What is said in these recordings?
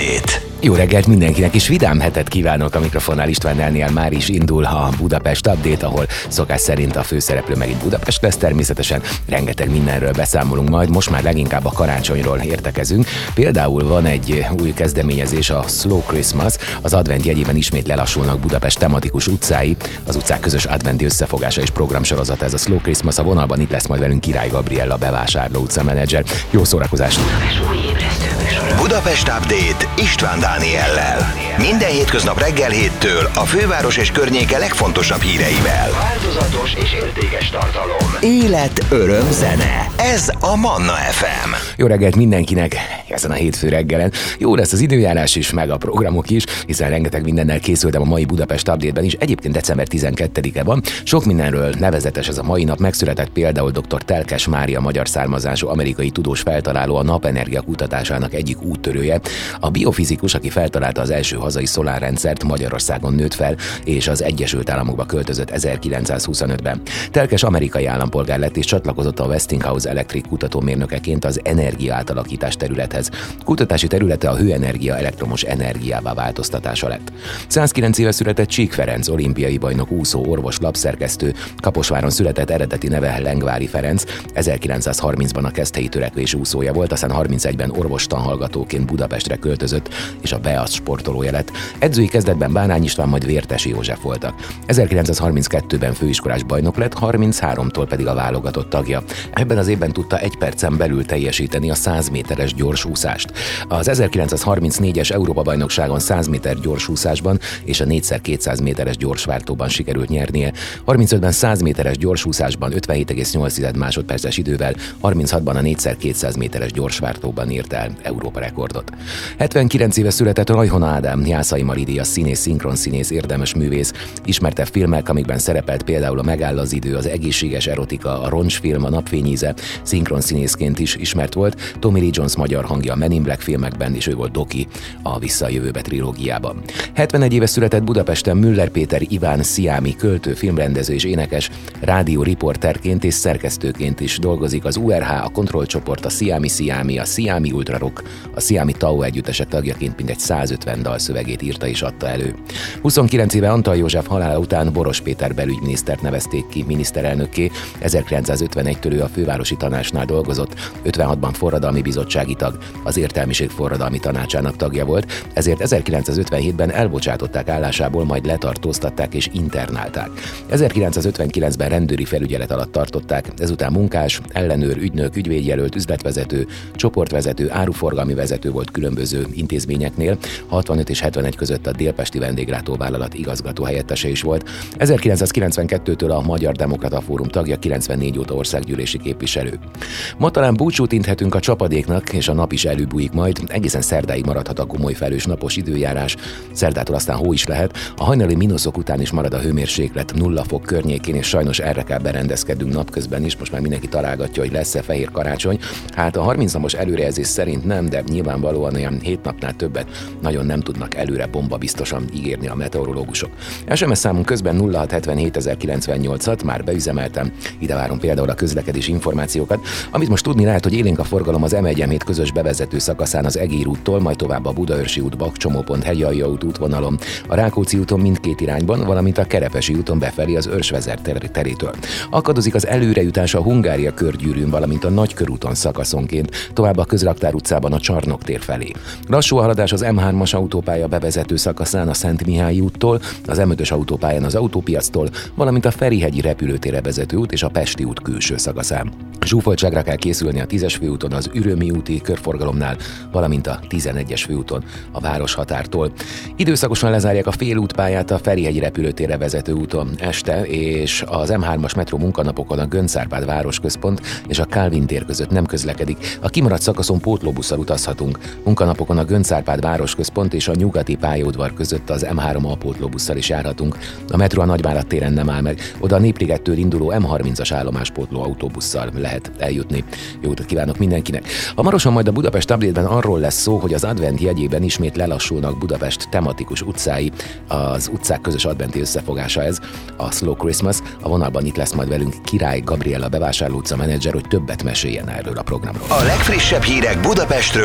Update. Jó reggelt mindenkinek, és vidám hetet kívánok! A mikrofonnál István már is indul a Budapest Update, ahol szokás szerint a főszereplő megint Budapest lesz, természetesen rengeteg mindenről beszámolunk majd, most már leginkább a karácsonyról értekezünk. Például van egy új kezdeményezés, a Slow Christmas, az advent jegyében ismét lelassulnak Budapest tematikus utcái, az utcák közös adventi összefogása és programsorozata ez a Slow Christmas, a vonalban itt lesz majd velünk Király Gabriella, bevásárló utcamenedzser. Jó szórakozást! Budapest Update István Dániellel. Minden hétköznap reggel 7-től a főváros és környéke legfontosabb híreivel. Változatos és értékes tartalom. Élet, öröm, zene. Ez a Manna FM. Jó reggelt mindenkinek ezen a hétfő reggelen. Jó lesz az időjárás is, meg a programok is, hiszen rengeteg mindennel készültem a mai Budapest Update-ben is. Egyébként december 12-e van. Sok mindenről nevezetes ez a mai nap. Megszületett például dr. Telkes Mária, magyar származású amerikai tudós feltaláló, a napenergia kutatásának egyik úttörője. A biofizikus, aki feltalálta az első hazai szolárrendszert, Magyarországon nőtt fel, és az Egyesült Államokba költözött 1925-ben. Telkes amerikai állampolgár lett, és csatlakozott a Westinghouse Electric kutatómérnökeként az energiaátalakítás területhez. Kutatási területe a hőenergia elektromos energiává változtatása lett. 109 éve született Csík Ferenc, olimpiai bajnok, úszó, orvos, lapszerkesztő. Kaposváron született, eredeti neve Lengvári Ferenc. 1930-ban a Keszthelyi törekvés úszója volt, aztán 31-ben orvostanhallgatóként Budapestre költözött, és a Beasz sportolója lett. Edzői kezdetben Bánány István, majd Vértesi József voltak. 1932-ben főiskolás bajnok lett, 33-tól pedig a válogatott tagja. Ebben az évben tudta egy percen belül teljesíteni a 100 méteres gyorsúszást. Az 1934-es Európa-bajnokságon 100 méter gyorsúszásban és a 4x200 méteres gyorsváltóban sikerült nyernie. 35-ben 100 méteres gyorsúszásban 57,8 másodperces idővel, 36-ban a 4x200 méteres gyorsváltóban írt el Európa rekordot. 79 éve született Rajhon Ádám, Jászai Mari díjas színész, szinkronszínész, érdemes művész. Ismerte filmek, amikben szerepelt például a Megáll az idő, az Egészséges erotika, a Roncsfilm, a Napfényíze. Szinkronszínészként is ismert volt. Tommy Lee Jones magyar hangja a Men in Black filmekben, és ő volt Doki a Vissza a jövőbe trilógiában. 71 éve született Budapesten Müller Péter Iván Sziámi, költő, filmrendező és énekes, rádióriporterként és szerkesztőként is dolgozik. Az URH, a Kontrollcsoport, a Sziámi, a Sziámi Ultrarok, a Sziámi Tao együttesek tagjaként mindegy 150 dalszövegét írta és adta elő. 29 éve Antal József halála után Boros Péter belügyminisztert nevezték ki miniszterelnökké. 1951-től ő a fővárosi tanácsnál dolgozott, 56-ban forradalmi bizottsági tag, az Értelmiség forradalmi tanácsának tagja volt, ezért 1957-ben elbocsátották állásából, majd letartóztatták és internálták. 1959-ben rendőri felügyelet alatt tartották, ezután munkás, ellenőr, ügynök, ügyvédjelölt, üzletvezető, csoportvezető, áruforgalmi vezető volt különböző intézményeknél. 65 és 71 között a Délpesti Vendéglátóvállalat igazgató helyettese is volt. 1992-től a Magyar Demokrata Fórum tagja, 94 óta országgyűlési képviselő. Ma talán búcsút inthetünk a csapadéknak, és a nap is előbújik majd. Egészen szerdáig maradhat a komoly felhős napos időjárás. Szerdától aztán hó is lehet. A hajnali mínuszok után is marad a hőmérséklet 0 fok környékén, és sajnos erre kell berendezkednünk napközben is. Most már mindenki találgatja, hogy lesz-e fehér karácsony. Hát a 30 napos előrejelzés szerint nem, de nyilvánvalóan olyan 7 napnál többet nagyon nem tudnak előre bomba biztosan ígérni a meteorológusok. SMS számunk közben 0677 már beüzemeltem. Ide várom például a közlekedési információkat. Amit most tudni lehet, hogy élénk a forgalom az M1-M7 közös bevezető szakaszán az Egér úttól, majd tovább a Budaörsi út, Bakcsomópont, Hegyalja út útvonalon, a Rákóczi úton mindkét irányban, valamint a Kerepesi úton befelé az Őrsvezér terétől. Akadozik az előrejutás a Hungária körgyűrűn, valamint a Nagykörúton szakaszonként, tovább a Közraktár utcában a Csarnok tér felé. Lassú a haladás az M3-as autópálya bevezető szakaszán a Szent Mihály úttól, az M5-ös autópályán az Autópiactól, valamint a Ferihegyi repülőtérre vezető út és a Pesti út külső szakaszán. Zsúfoltságra kell készülni a 10-es főúton az Ürömi úti körforgalomnál, valamint a 11-es főúton a városhatártól. Időszakosan lezárják a félútpályát a Ferihegyi repülőtérre vezető úton este, és az M3-as metró munkanapokon a Göncz Árpád városközpont és a Kálvin tér között nem közlekedik. A kimaradt szakaszon pótlóbusszal utazhatunk. Munkanapokon a Göncz Árpád városközpont és a Nyugati pályaudvar között az M3 pótlóbusszal is járhatunk. A metró a Nagyvárad téren nem áll meg, oda a Népligettől induló M30-as állomáspótló autóbusszal lehet eljutni. Jó utat kívánok mindenkinek! Hamarosan majd a Budapest Update-ben arról lesz szó, hogy az advent jegyében ismét lelassulnak Budapest tematikus utcái. Az utcák közös adventi összefogása ez, a Slow Christmas. A vonalban itt lesz majd velünk Király Gabriella, bevásárló utcamenedzser, hogy többet meséljen erről a programról. A legfrissebb hírek Budapestről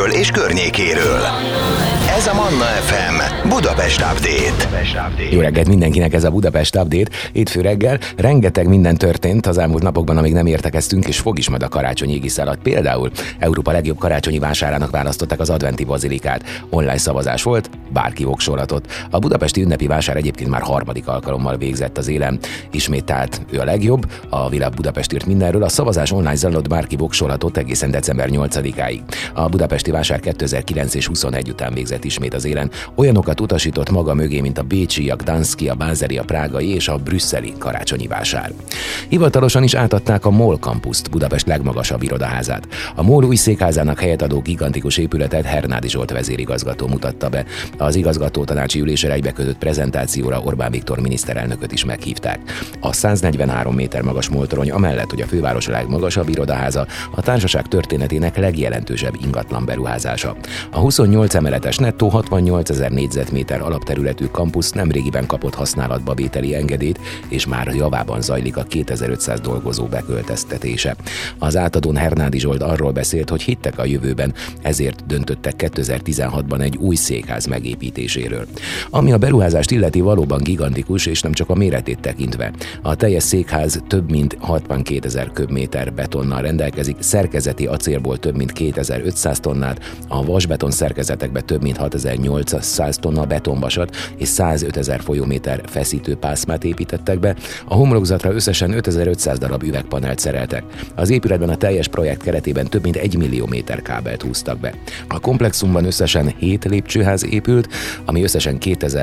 Budapestről és környékéről. Ez a Manna FM Budapest Update. Jó reggelt mindenkinek, ez a Budapest Update. Hétfő reggel rengeteg minden történt az elmúlt napokban, amíg nem értekeztünk, és fog is majd a karácsonyi égisz alatt. Például Európa legjobb karácsonyi vásárának választották az adventi bazilikát. Online szavazás volt, bárki voksolatot. A budapesti ünnepi vásár egyébként már harmadik alkalommal végzett az élen. Ismét tehát ő a legjobb, a Világ Budapest írt mindenről. A szavazás online zajlott, bárki voksolatot egészen december 8-áig. A budapesti vásár 2009 és 21 után végzett ismét az élen. Olyanokat utasított maga mögé, mint a bécsi, a gdanszki, a bázeli, a prágai és a brüsszeli karácsonyi vásár. Hivatalosan is átadták a MOL Campust, Budapest legmagasabb irodaházát. A MOL új székházának helyet adó gigantikus épületet Hernádi Zsolt vezérigazgató mutatta be. Az igazgató tanácsi ülésre egybekötött prezentációra Orbán Viktor miniszterelnököt is meghívták. A 143 méter magas moltorony amellett, hogy a főváros legmagasabb irodaháza, a társaság történetének legjelentősebb ingatlan beruházása. A 28 emeletes nettó 68 000 négyzetméter alapterületű kampusz nemrégiben kapott használatba vételi engedélyt, és már javában zajlik a 2500 dolgozó beköltöztetése. Az átadón Hernádi Zsolt arról beszélt, hogy hittek a jövőben, ezért döntöttek 2016-ban egy új székház megépítéséről. Ami a beruházást illeti, valóban gigantikus, és nem csak a méretét tekintve. A teljes székház több mint 62 000 köbméter betonnal rendelkezik, szerkezeti acélból több mint 2500 tonnát, a vasbeton szerkezetekbe több mint 6800 tonna betonvasat és 105 000 folyóméter feszítő pászmát építettek be, a homlokzatra összesen 5500 darab üvegpanelt szereltek. Az épületben a teljes projekt keretében több mint 1 millió méter kábelt húztak be. A komplexumban összesen 7 lépcsőház épült, ami összesen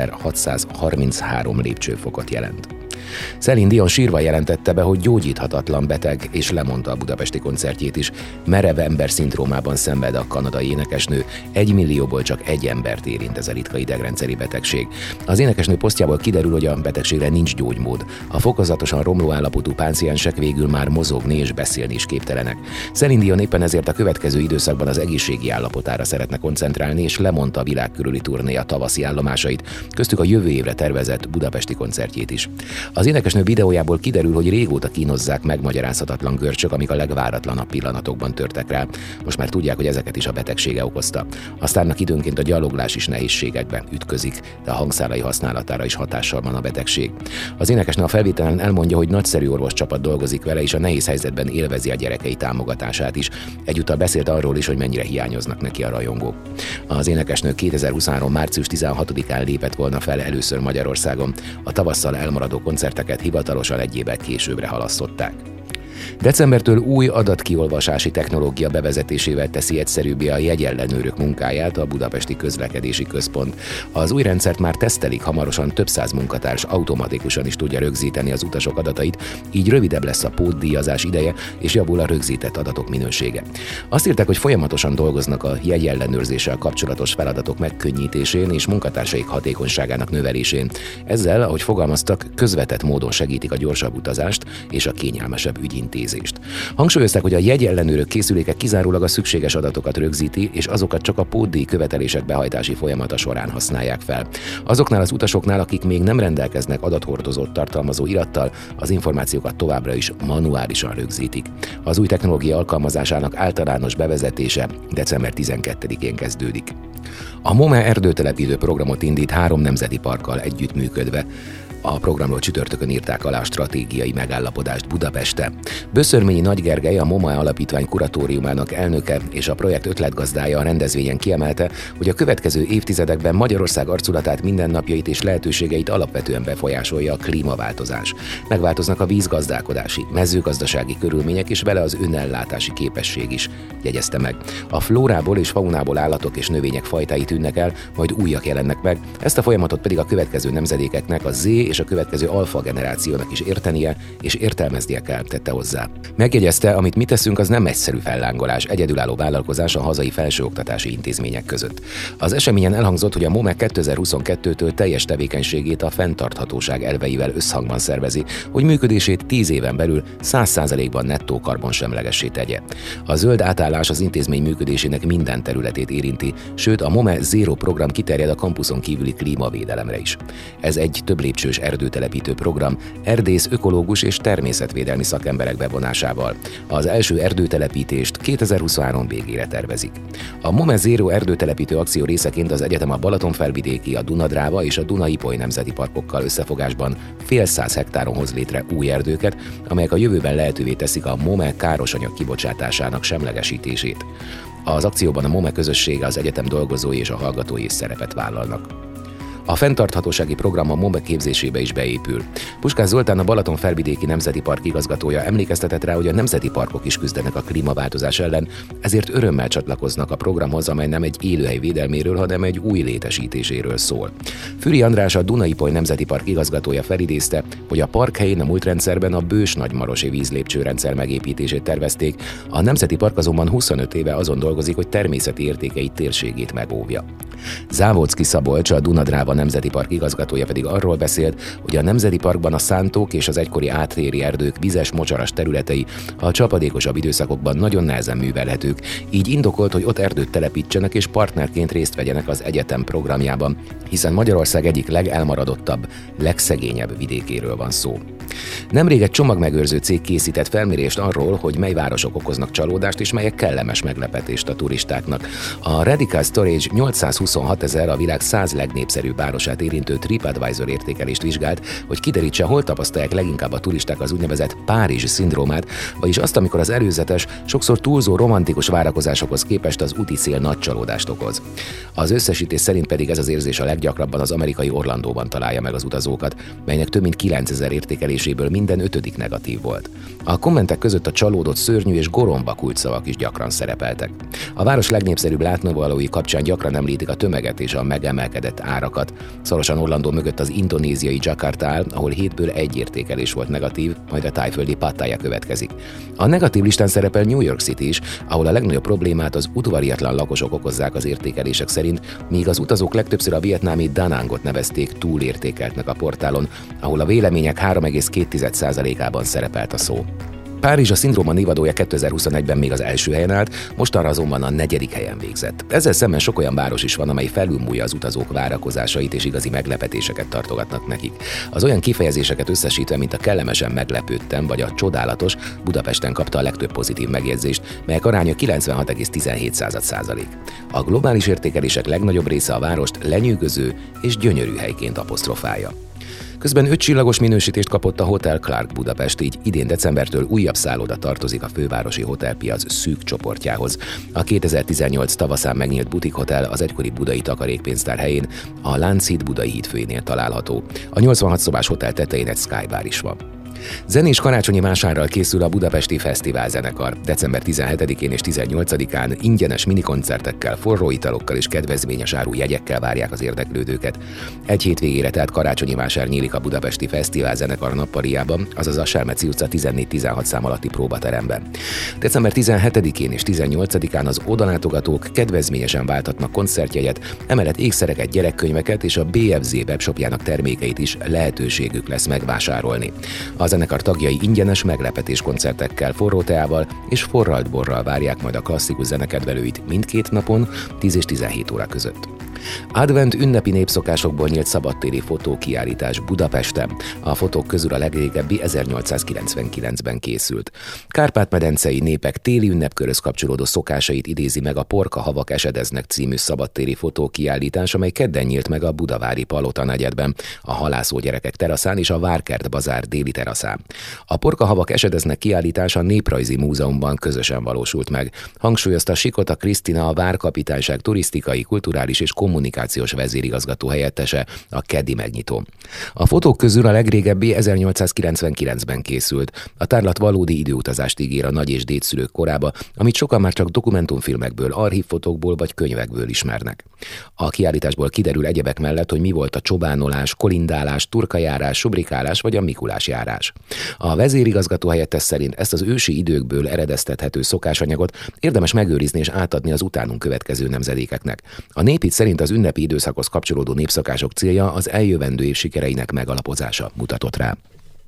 2633 lépcsőfokot jelent. Celine Dion sírva jelentette be, hogy gyógyíthatatlan beteg, és lemondta a budapesti koncertjét is. Merev ember szindrómában szenved a kanadai énekesnő, 1 millióból csak egy embert érint ez a ritka idegrendszeri betegség. Az énekesnő posztjából kiderül, hogy a betegségre nincs gyógymód. A fokozatosan romló állapotú páciensek végül már mozogni és beszélni is képtelenek. Celine Dion éppen ezért a következő időszakban az egészségi állapotára szeretne koncentrálni, és lemondta a világ körüli turné a tavaszi állomásait, köztük a jövő évre tervezett budapesti koncertjét is. Az énekesnő videójából kiderül, hogy régóta kínozzák megmagyarázhatatlan görcsök, amik a legváratlanabb pillanatokban törtek rá. Most már tudják, hogy ezeket is a betegsége okozta. A sztárnak időnként a gyaloglás is nehézségekben ütközik, de a hangszálai használatára is hatással van a betegség. Az énekesnő a felvételen elmondja, hogy nagyszerű orvoscsapat dolgozik vele, és a nehéz helyzetben élvezi a gyerekei támogatását is. Egyúttal beszélt arról is, hogy mennyire hiányoznak neki a rajongók. Az énekesnő 2023. március 16-án lépett volna fel először Magyarországon. A tavasszal elmaradó koncerteket hivatalosan egy évvel későbbre halasztották. Decembertől új adatkiolvasási technológia bevezetésével teszi egyszerűbbé a jegyellenőrök munkáját a Budapesti Közlekedési Központ. Az új rendszert már tesztelik, hamarosan több száz munkatárs automatikusan is tudja rögzíteni az utasok adatait, így rövidebb lesz a pótdíjazás ideje, és javul a rögzített adatok minősége. Azt írták, hogy folyamatosan dolgoznak a jegyellenőrzéssel kapcsolatos feladatok megkönnyítésén és munkatársaik hatékonyságának növelésén. Ezzel, ahogy fogalmaztak, közvetett módon segítik a gyorsabb utazást és a kényelmesebb ügyintézést. Hangsúlyozták, hogy a jegyellenőrök készüléke kizárólag a szükséges adatokat rögzíti, és azokat csak a pótdíj követelések behajtási folyamata során használják fel. Azoknál az utasoknál, akik még nem rendelkeznek adathordozót tartalmazó irattal, az információkat továbbra is manuálisan rögzítik. Az új technológia alkalmazásának általános bevezetése december 12-én kezdődik. A MOME erdőtelepítő programot indít 3 nemzeti parkkal együttműködve. A programról csütörtökön írták alá a stratégiai megállapodást Budapesten. Böszörményi Nagy Gergely, a MOME Alapítvány kuratóriumának elnöke és a projekt ötletgazdája a rendezvényen kiemelte, hogy a következő évtizedekben Magyarország arculatát, mindennapjait és lehetőségeit alapvetően befolyásolja a klímaváltozás. Megváltoznak a vízgazdálkodási, mezőgazdasági körülmények és vele az önellátási képesség is, jegyezte meg. A flórából és faunából állatok és növények fajtái tűnnek el, majd újak jelennek meg, ezt a folyamatot pedig a következő nemzedékeknek, a Z és a következő alfa generációnak is értenie és értelmeznie kell, tette hozzá. Megjegyezte, amit mi teszünk, az nem egyszerű fellángolás, egyedülálló vállalkozás a hazai felsőoktatási intézmények között. Az eseményen elhangzott, hogy a MOME 2022-től teljes tevékenységét a fenntarthatóság elveivel összhangban szervezi, hogy működését 10 éven belül 100%-ban nettó karbonsemlegessé tegye. A zöld átállás az intézmény működésének minden területét érinti, sőt a MOME Zero program kiterjed a kampuszon kívüli klímavédelemre is. Ez egy több lépcsős erdőtelepítő program erdész, ökológus és természetvédelmi szakemberek bevonásával. Az első erdőtelepítést 2023 végére tervezik. A MOME Zero erdőtelepítő akció részeként az egyetem a Balatonfelvidéki, a Dunadráva és a Duna-Ipoly nemzeti parkokkal összefogásban fél száz hektáron hoz létre új erdőket, amelyek a jövőben lehetővé teszik a MOME károsanyag kibocsátásának semlegesítését. Az akcióban a MOME közössége, az egyetem dolgozói és a hallgatói is szerepet vállalnak. A fenntarthatósági program a MOME képzésébe is beépül. Puskás Zoltán, a Balatonfelvidéki Nemzeti Park igazgatója emlékeztetett rá, hogy a nemzeti parkok is küzdenek a klímaváltozás ellen, ezért örömmel csatlakoznak a programhoz, amely nem egy élőhely védelméről, hanem egy új létesítéséről szól. Füri András, a Duna-Ipoly Nemzeti Park igazgatója felidézte, hogy a park helyén a múlt rendszerben a Bős-Nagymarosi vízlépcsőrendszer megépítését tervezték, a Nemzeti Park azonban 25 éve azon dolgozik, hogy természeti értékeit, térségét megóvja. Závodszky Szabolcs, a Dunadráva Nemzeti Park igazgatója pedig arról beszélt, hogy a Nemzeti Parkban a szántók és az egykori áttéri erdők vizes, mocsaras területei a csapadékosabb időszakokban nagyon nehezen művelhetők, így indokolt, hogy ott erdőt telepítsenek és partnerként részt vegyenek az egyetem programjában, hiszen Magyarország egyik legelmaradottabb, legszegényebb vidékéről van szó. Nemrég egy csomagmegőrző cég készített felmérést arról, hogy mely városok okoznak csalódást és melyek kellemes meglepetést a turistáknak. A Radical Storage 826 000 a világ 100 legnépszerűbb városát érintő TripAdvisor értékelést vizsgált, hogy kiderítse, hol tapasztalják leginkább a turisták az úgynevezett Párizsi szindrómát, vagyis azt, amikor az előzetes, sokszor túlzó romantikus várakozásokhoz képest az úti cél nagy csalódást okoz. Az összesítés szerint pedig ez az érzés a leggyakrabban az amerikai Orlandóban találja meg az utazókat, melynek több mint 9000 értékeléséből minden 5. negatív volt. A kommentek között a csalódott, szörnyű és goromba kulcsszavak is gyakran szerepeltek. A város legnépszerűbb látnivalói kapcsán gyakran említik a tömeget és a megemelkedett árakat. Szorosan Orlandó mögött az indonéziai Jakarta áll, ahol 7-ből 1 értékelés volt negatív, majd a tájföldi Pattaya következik. A negatív listán szerepel New York City is, ahol a legnagyobb problémát az udvariatlan lakosok okozzák az értékelések szerint, míg az utazók legtöbbször a vietnámi Da Nangot nevezték túlértékeltnek a portálon, ahol a vélemények 3,2%-ában szerepelt a szó. Párizs a szindróma névadója 2021-ben még az első helyen állt, mostanra azonban a 4. helyen végzett. Ezzel szemben sok olyan város is van, amely felülmúlja az utazók várakozásait és igazi meglepetéseket tartogatnak nekik. Az olyan kifejezéseket összesítve, mint a kellemesen meglepődtem vagy a csodálatos, Budapesten kapta a legtöbb pozitív megjegyzést, melyek aránya 96,17%. A globális értékelések legnagyobb része a várost lenyűgöző és gyönyörű helyként apostrofálja. Közben 5 csillagos minősítést kapott a Hotel Clark Budapest, így idén decembertől újabb szálloda tartozik a fővárosi hotelpiac szűk csoportjához. A 2018 tavaszán megnyílt butikhotel az egykori budai takarékpénztár helyén, a Lánchíd Budai hídfőjénél található. A 86 szobás hotel tetején egy skybar is van. Zenés karácsonyi vásárral készül a Budapesti Fesztiválzenekar. December 17-én és 18-án ingyenes minikoncertekkel, forró italokkal és kedvezményes áru jegyekkel várják az érdeklődőket. Egy hétvégére tehát karácsonyi vásár nyílik a Budapesti Fesztiválzenekar nappaliában, azaz a Selmeci utca 14-16 szám alatti próbateremben. December 17-én és 18-án az odalátogatók kedvezményesen válthatnak koncertjegyet, emellett ékszereket, gyerekkönyveket és a BFZ webshopjának termékeit is lehetőségük lesz megvásárolni. A zenekar tagjai ingyenes meglepetés koncertekkel, forró teával és forralt borral várják majd a klasszikus zenekedvelőit mindkét napon 10 és 17 óra között. Advent ünnepi népszokásokból nyílt szabadtéri fotókiállítás Budapesten. A fotók közül a legrégebbi 1899-ben készült. Kárpát-medencei népek téli ünnepkörhöz kapcsolódó szokásait idézi meg a Porka havak esedeznek című szabadtéri fotókiállítás, amely kedden nyílt meg a budavári Palota negyedben, a Halászó gyerekek teraszán és a Várkert bazár déli teraszán. A Porka havak esedeznek kiállítása a Néprajzi Múzeumban közösen valósult meg. Hangsúlyozta Sikota Krisztina, a Várkapitányság turisztikai, kulturális és kommunikációs vezérigazgató helyettese a keddi megnyitón. A fotók közül a legrégebbi 1899-ben készült. A tárlat valódi időutazást ígér a nagy- és dédszülők korába, amit sokan már csak dokumentumfilmekből, archívfotókból vagy könyvekből ismernek. A kiállításból kiderül egyebek mellett, hogy mi volt a csobánolás, kolindálás, turkajárás, sobrikálás vagy a Mikulás járás. A vezérigazgató helyettes szerint ezt az ősi időkből eredeztethető szokásanyagot érdemes megőrizni és átadni az utánunk következő nemzedékeknek. A népit szerint az ünnepi időszakhoz kapcsolódó népszokások célja az eljövendő év sikereinek megalapozása, mutatott rá.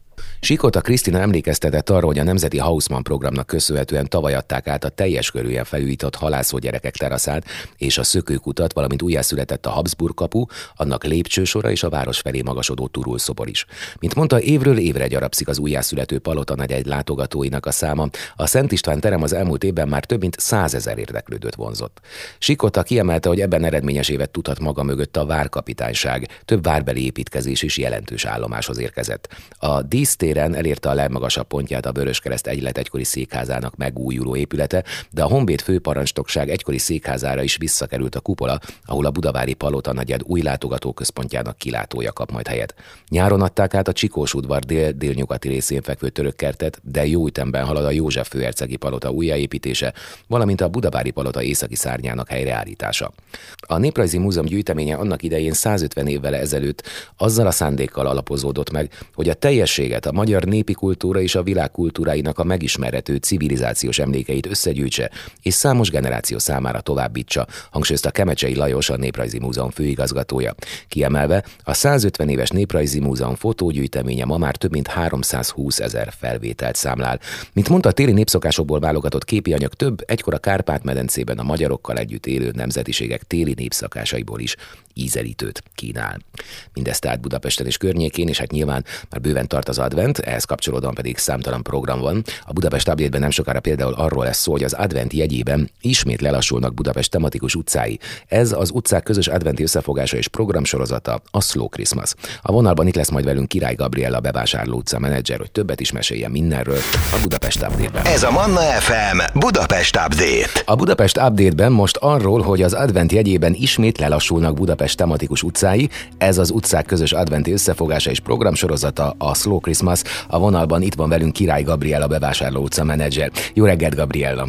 Sikota Krisztina emlékeztetett arra, hogy a Nemzeti Hausmann programnak köszönhetően tavaly adták át a teljes körűen felújított halászógyerekek teraszát és a szökőkutat, valamint újjászületett a Habsburg kapu, annak lépcsősora és a város felé magasodó turulszobor is. Mint mondta, évről évre gyarapszik az újjászülető Palota Nagyegy látogatóinak a száma. A Szent István terem az elmúlt évben már több mint 100 000 érdeklődőt vonzott. Sikota kiemelte, hogy ebben eredményes évet tudhat maga mögött a várkapitányság, több várbeli építkezés is jelentős állomáshoz érkezett. A dísztéren elérte a legmagasabb pontját a Vöröskereszt Egylet egykori székházának megújuló épülete, de a Honvéd főparancsnokság egykori székházára is visszakerült a kupola, ahol a budavári Palota Nagyed új látogatóközpontjának kilátója kap majd helyet. Nyáron adták át a Csikós udvar délnyugati részén fekvő törökkertet, de jó ütemben halad a József főhercegi palota újjáépítése, valamint a budavári palota északi szárnyának helyreállítása. A Néprajzi Múzeum gyűjteménye annak idején 150 évvel ezelőtt azzal a szándékkal alapozódott meg, hogy a teljességet, a magyar népi kultúra és a világ kultúráinak a megismerhető civilizációs emlékeit összegyűjtse és számos generáció számára továbbítsa, hangsúlyozta Kemecsei Lajos, a Néprajzi Múzeum főigazgatója. Kiemelve, a 150 éves Néprajzi Múzeum fotógyűjteménye ma már több mint 320 000 felvételt számlál. Mint mondta, a téli népszokásokból válogatott képi anyag több egykor a Kárpát-medencében a magyarokkal együtt élő nemzetiségek téli népszokásaiból is ízelítőt kínál. Mindezt tehát Budapesten és környékén, és hát nyilván már bőven tart az advent, ehhez kapcsolódóan pedig számtalan program van. A Budapest Update-ben nem sokára például arról lesz szó, hogy az advent jegyében ismét lelassulnak Budapest tematikus utcái. Ez az utcák közös adventi összefogása és programsorozata, a Slow Christmas. A vonalban itt lesz majd velünk Király Gabriella bevásárló utca menedzser, hogy többet is meséljen mindenről a Budapest Update-ben. Ez a Manna FM Budapest Update. A Budapest Update-ben most arról, hogy az advent jegyében ismét lelassulnak Budapest tematikus utcái, ez az utcák közös adventi összefogása és programsorozata, a Slow Christmas. A vonalban itt van velünk Király Gabriella bevásárló utca menedzser. Jó reggelt, Gabriella!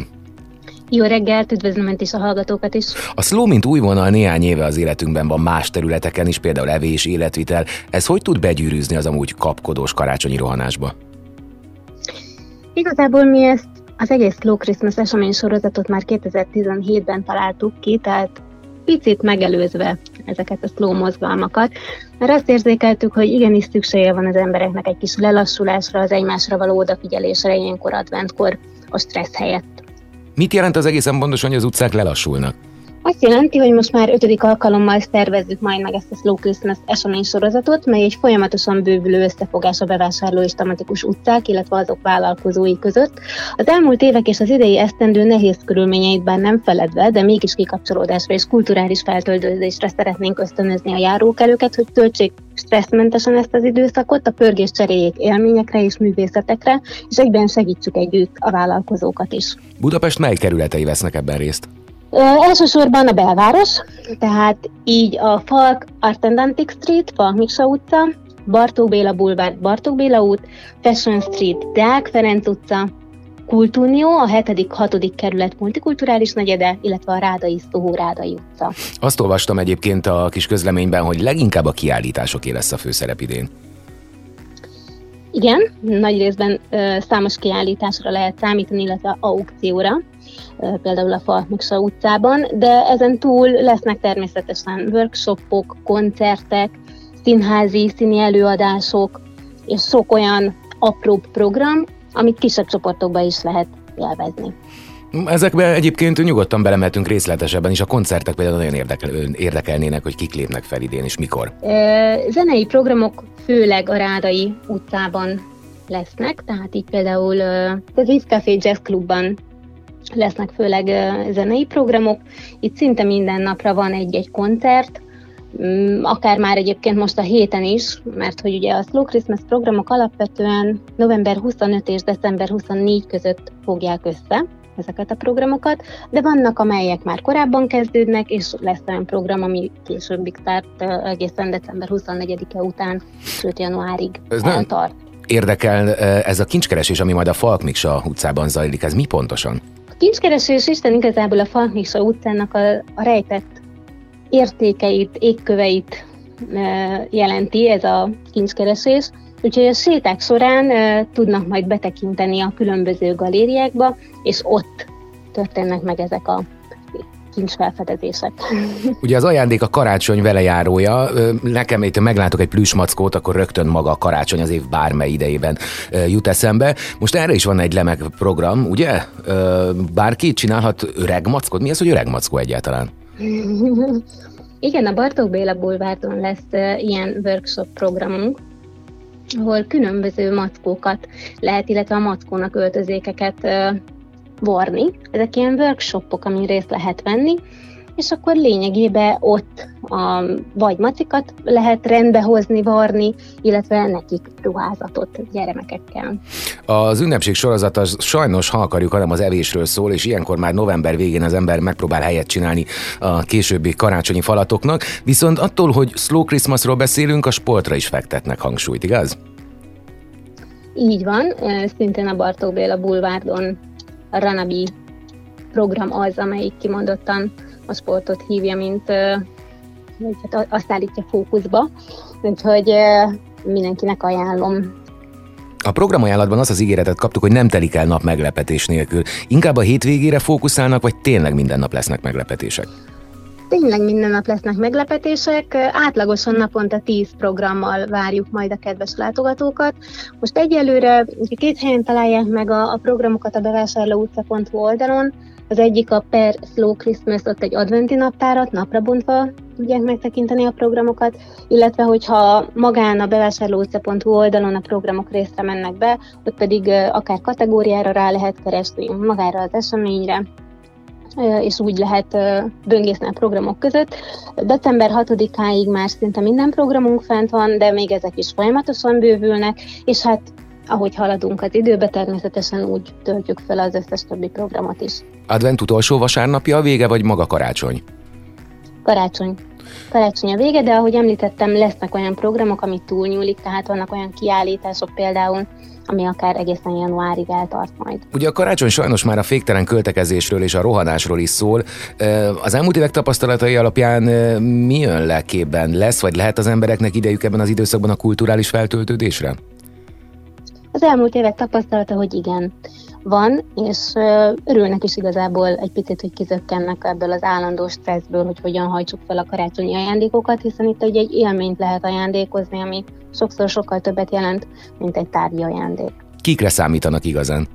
Jó reggelt, üdvözlöm önt is, a hallgatókat is. A slow, mint új vonal néhány éve az életünkben van más területeken is, például evés, életvitel. Ez hogy tud begyűrűzni az amúgy kapkodós karácsonyi rohanásba? Igazából mi ezt az egész Slow Christmas eseménysorozatot már 2017-ben találtuk ki, tehát picit megelőzve ezeket a slow mozgalmakat, mert azt érzékeltük, hogy igenis szüksége van az embereknek egy kis lelassulásra, az egymásra való odafigyelésre ilyenkor adventkor a stressz helyett. Mit jelent az egészen pontosan, hogy az utcák lelassulnak? Azt jelenti, hogy most már 5. alkalommal szervezzük majd meg ezt a Slow Christmas eseménysorozatot, mely egy folyamatosan bővülő összefogás a bevásárló és tematikus utcák, illetve azok vállalkozói között. Az elmúlt évek és az idei esztendő nehéz körülményeit bár nem feledve, de mégis kikapcsolódásra és kulturális feltöltődésre szeretnénk ösztönözni a járókelőket, hogy töltsék stresszmentesen ezt az időszakot, a pörgés cseréljék élményekre és művészetekre, és egyben segítsük együtt a vállalkozókat is. Budapest mely kerületei vesznek ebben részt? Elsősorban a belváros, tehát így a Falk Art and Antique Street, Falk Miksa utca, Bartók Béla Boulevard, Bartók Béla út, Fashion Street, Deák Ferenc utca, Kultunió, a 7.-6. kerület multikulturális negyede, illetve a Rádai Szóhó Rádai utca. Azt olvastam egyébként a kis közleményben, hogy leginkább a kiállításoké lesz a főszerep idén. Igen, nagy részben számos kiállításra lehet számítani, illetve aukcióra, például a Falk Miksa utcában, de ezen túl lesznek természetesen workshopok, koncertek, színházi, színi előadások, és sok olyan apróbb program, amit kisebb csoportokba is lehet élvezni. Ezekben egyébként nyugodtan belemeltünk részletesebben is, a koncertek például nagyon érdekelnének, hogy kik lépnek fel idén és mikor. Zenei programok főleg a Rádai utcában lesznek, tehát így például a Víz Café Jazz Clubban lesznek főleg zenei programok. Itt szinte minden napra van egy-egy koncert, akár már egyébként most a héten is, mert hogy ugye a Slow Christmas programok alapvetően november 25 és december 24 között fogják össze ezeket a programokat, de vannak, amelyek már korábban kezdődnek, és lesz olyan program, ami későbbig tart egészen december 24-e után, sőt januárig eltart. Érdekel ez a kincskeresés, ami majd a Falk Miksa utcában zajlik, ez mi pontosan? A kincskeresés Isten igazából a Falk Miksa utcának a rejtett értékeit, égköveit jelenti ez a kincskeresés, úgyhogy a séták során tudnak majd betekinteni a különböző galériákba, és ott történnek meg ezek a kincsfelfedezések. Ugye az ajándék a karácsony velejárója. Nekem, hogyha meglátok egy plüssmackót, akkor rögtön maga a karácsony az év bármely idejében jut eszembe. Most erre is van egy remek program, ugye? Bárki csinálhat öreg mackót. Mi az, hogy öreg mackó egyáltalán? Igen, a Bartók Béla Bulvárdon lesz ilyen workshop programunk, ahol különböző mackókat lehet, illetve a mackónak öltözékeket varni. Ezek ilyen workshopok, amin részt lehet venni, és akkor lényegében ott vagy macikat lehet rendbehozni, varni, illetve nekik ruházatot gyermekekkel. Az ünnepség sorozata sajnos, ha akarjuk, hanem az evésről szól, és ilyenkor már november végén az ember megpróbál helyet csinálni a későbbi karácsonyi falatoknak, viszont attól, hogy Slow Christmasról beszélünk, a sportra is fektetnek hangsúlyt, igaz? Így van, szintén a Bartók Béla Bulvárdon a Ranabi program az, amelyik kimondottan a sportot hívja, mint azt állítja fókuszba, úgyhogy mindenkinek ajánlom. A programajánlatban az ígéretet kaptuk, hogy nem telik el nap meglepetés nélkül. Inkább a hétvégére fókuszálnak, vagy tényleg minden nap lesznek meglepetések? Tényleg minden nap lesznek meglepetések, átlagosan naponta 10 programmal várjuk majd a kedves látogatókat. Most egyelőre 2 helyen találják meg a programokat a bevásárlóutca.hu oldalon. Az egyik a Per Slow Christmas, ott egy adventi naptárat, napra bontva tudják megtekinteni a programokat, illetve hogyha magán a bevásárlóutca.hu oldalon a programok részre mennek be, ott pedig akár kategóriára rá lehet keresni, magára az eseményre, és úgy lehet böngészni a programok között. December 6-áig már szinte minden programunk fent van, de még ezek is folyamatosan bővülnek, és hát ahogy haladunk az időbe, természetesen úgy töltjük fel az összes többi programot is. Advent utolsó vasárnapja a vége, vagy maga karácsony? Karácsony. Karácsony a vége, de ahogy említettem, lesznek olyan programok, amit túlnyúlik, tehát vannak olyan kiállítások például, ami akár egészen januárig eltart majd. Ugye a karácsony sajnos már a féktelen költekezésről és a rohanásról is szól. Az elmúlt évek tapasztalatai alapján mi jön le képben? Lesz vagy lehet az embereknek idejük ebben az időszakban a kulturális feltöltődésre? Az elmúlt évek tapasztalata, hogy igen, van, és örülnek is igazából egy picit, hogy kizökkennek ebből az állandó stresszből, hogy hogyan hajtsuk fel a karácsonyi ajándékokat, hiszen itt egy élményt lehet ajándékozni, ami sokszor sokkal többet jelent, mint egy tárgyi ajándék. Kikre számítanak igazán?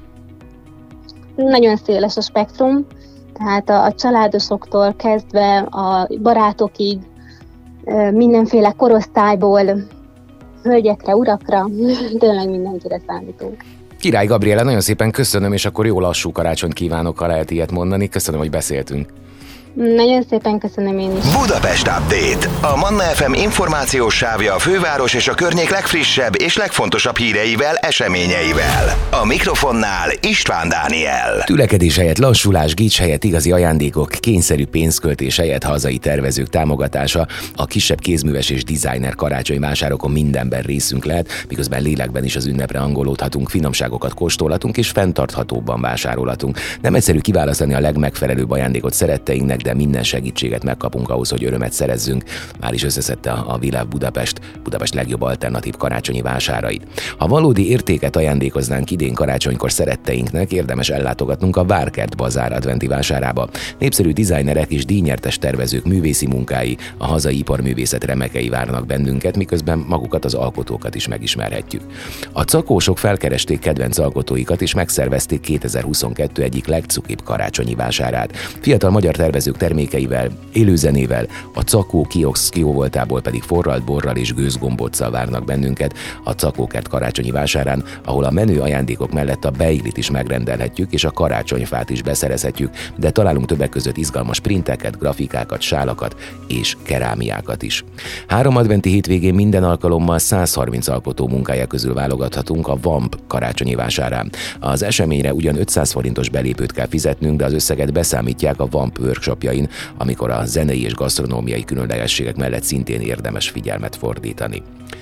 Nagyon széles a spektrum, tehát a családosoktól kezdve a barátokig, mindenféle korosztályból, hölgyekre, urakra, tényleg mindenkire számítunk. Király Gabriella, nagyon szépen köszönöm, és akkor jó lassú karácsonyt kívánok, ha lehet ilyet mondani. Köszönöm, hogy beszéltünk. Nagyon szépen köszönöm én is. Budapest Update. A Manna FM információs sávja a főváros és a környék legfrissebb és legfontosabb híreivel, eseményeivel. A mikrofonnál István Dániel. Tülekedés helyett lassulás, gics helyett igazi ajándékok, kényszerű pénzköltés helyett hazai tervezők támogatása, a kisebb kézműves és designer karácsonyvásárokon mindenben részünk lehet, miközben lélekben is az ünnepre hangolódhatunk, finomságokat kóstolhatunk és fenntarthatóbban vásárolhatunk. Nem egyszerű kiválasztani a legmegfelelőbb ajándékot szeretteinknek, de minden segítséget megkapunk ahhoz, hogy örömet szerezzünk. Már is összeszedte a Világ Budapest legjobb alternatív karácsonyi vásárait. Ha valódi értéket ajándékoznánk idén karácsonykor szeretteinknek, érdemes ellátogatnunk a Várkert Bazár adventi vásárába. Népszerű dizájnerek és díjnyertes tervezők művészi munkái, a hazai iparművészet remekei várnak bennünket, miközben magukat az alkotókat is megismerhetjük. A cakósok felkeresték kedvenc alkotóikat és megszervezték 2022 egyik legcukibb karácsonyi vásárát. Fiatal magyar tervezők termékeivel, élőzenével, a Cakó Kiosk jóvoltából pedig forralt borral és gőzgombóccal várnak bennünket a Cakókert karácsonyi vásárán, ahol a menő ajándékok mellett a beiglit is megrendelhetjük és a karácsonyfát is beszerezhetjük, de találunk többek között izgalmas printeket, grafikákat, sálakat és kerámiákat is. 3 adventi hétvégén minden alkalommal 130 alkotó munkája közül válogathatunk a VAMP karácsonyi vásárán. Az eseményre ugyan 500 forintos belépőt kell fizetnünk, de az összeget beszámítják a VAMP workshopjain, amikor a zenei és gasztronómiai különlegességek mellett szintén érdemes figyelmet fordítani.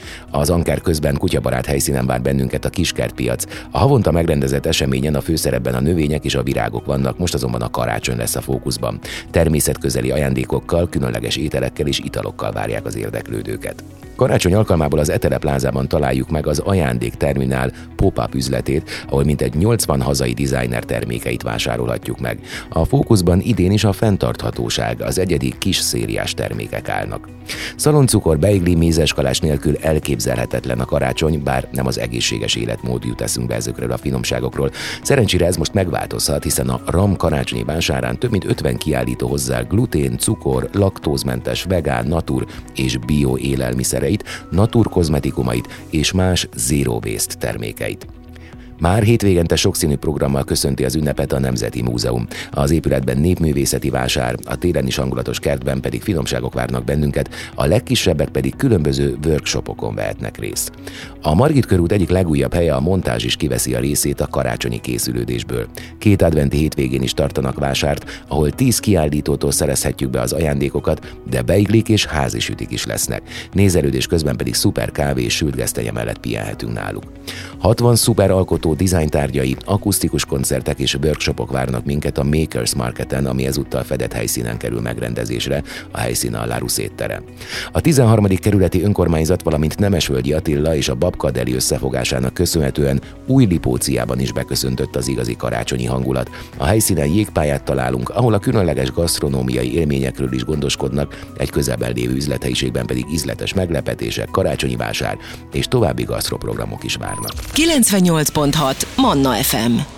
Az Anker közben kutyabarát helyszínen vár bennünket a Kiskertpiac. A havonta megrendezett eseményen a főszerepben a növények és a virágok vannak, most azonban a karácsony lesz a fókuszban. Természetközeli ajándékokkal, különleges ételekkel és italokkal várják az érdeklődőket. Karácsony alkalmából az Etele plázában találjuk meg az ajándékterminál pop-up üzletét, ahol mintegy 80 hazai designer termékeit vásárolhatjuk meg. A fókuszban idén is a fenntarthatóság, az egyedi kis szériás termékek állnak. Szaloncukor, beigli, mézeskalás nélkül elképzelhetetlen a karácsony, bár nem az egészséges életmód jut eszünkbe ezekről a finomságokról. Szerencsére ez most megváltozhat, hiszen a RAM karácsonyi vásárán több mint 50 kiállító hozzá glutén, cukor, laktózmentes, vegán, natur és bio élelmiszereit, natur kozmetikumait és más zero waste termékeit. Már hétvégente sokszínű programmal köszönti az ünnepet a Nemzeti Múzeum. Az épületben népművészeti vásár, a télen is hangulatos kertben pedig finomságok várnak bennünket, a legkisebbek pedig különböző workshopokon vehetnek részt. A Margit körút egyik legújabb helye a Montázs is kiveszi a részét a karácsonyi készülődésből. 2 adventi hétvégén is tartanak vásárt, ahol 10 kiállítótól szerezhetjük be az ajándékokat, de beiglik és házi sütik is lesznek. Nézelődés közben pedig szuper kávé és sült gesztenye mellett pihenhetünk náluk. 60 szuper alkotó dizájntárgyai, akusztikus koncertek és workshopok várnak minket a Makers Marketen, ami ezúttal fedett helyszínen kerül megrendezésre, a helyszín a Larus étterem. A 13. kerületi önkormányzat, valamint Nemesvölgyi Attila és a Babka Deli összefogásának köszönhetően Újlipóciában is beköszöntött az igazi karácsonyi hangulat. A helyszínen jégpályát találunk, ahol a különleges gasztronómiai élményekről is gondoskodnak, egy közelben lévő üzlethelyiségben pedig ízletes meglepetések, karácsonyi vásár és további gasztroprogramok is várnak. 98.6 Manna FM.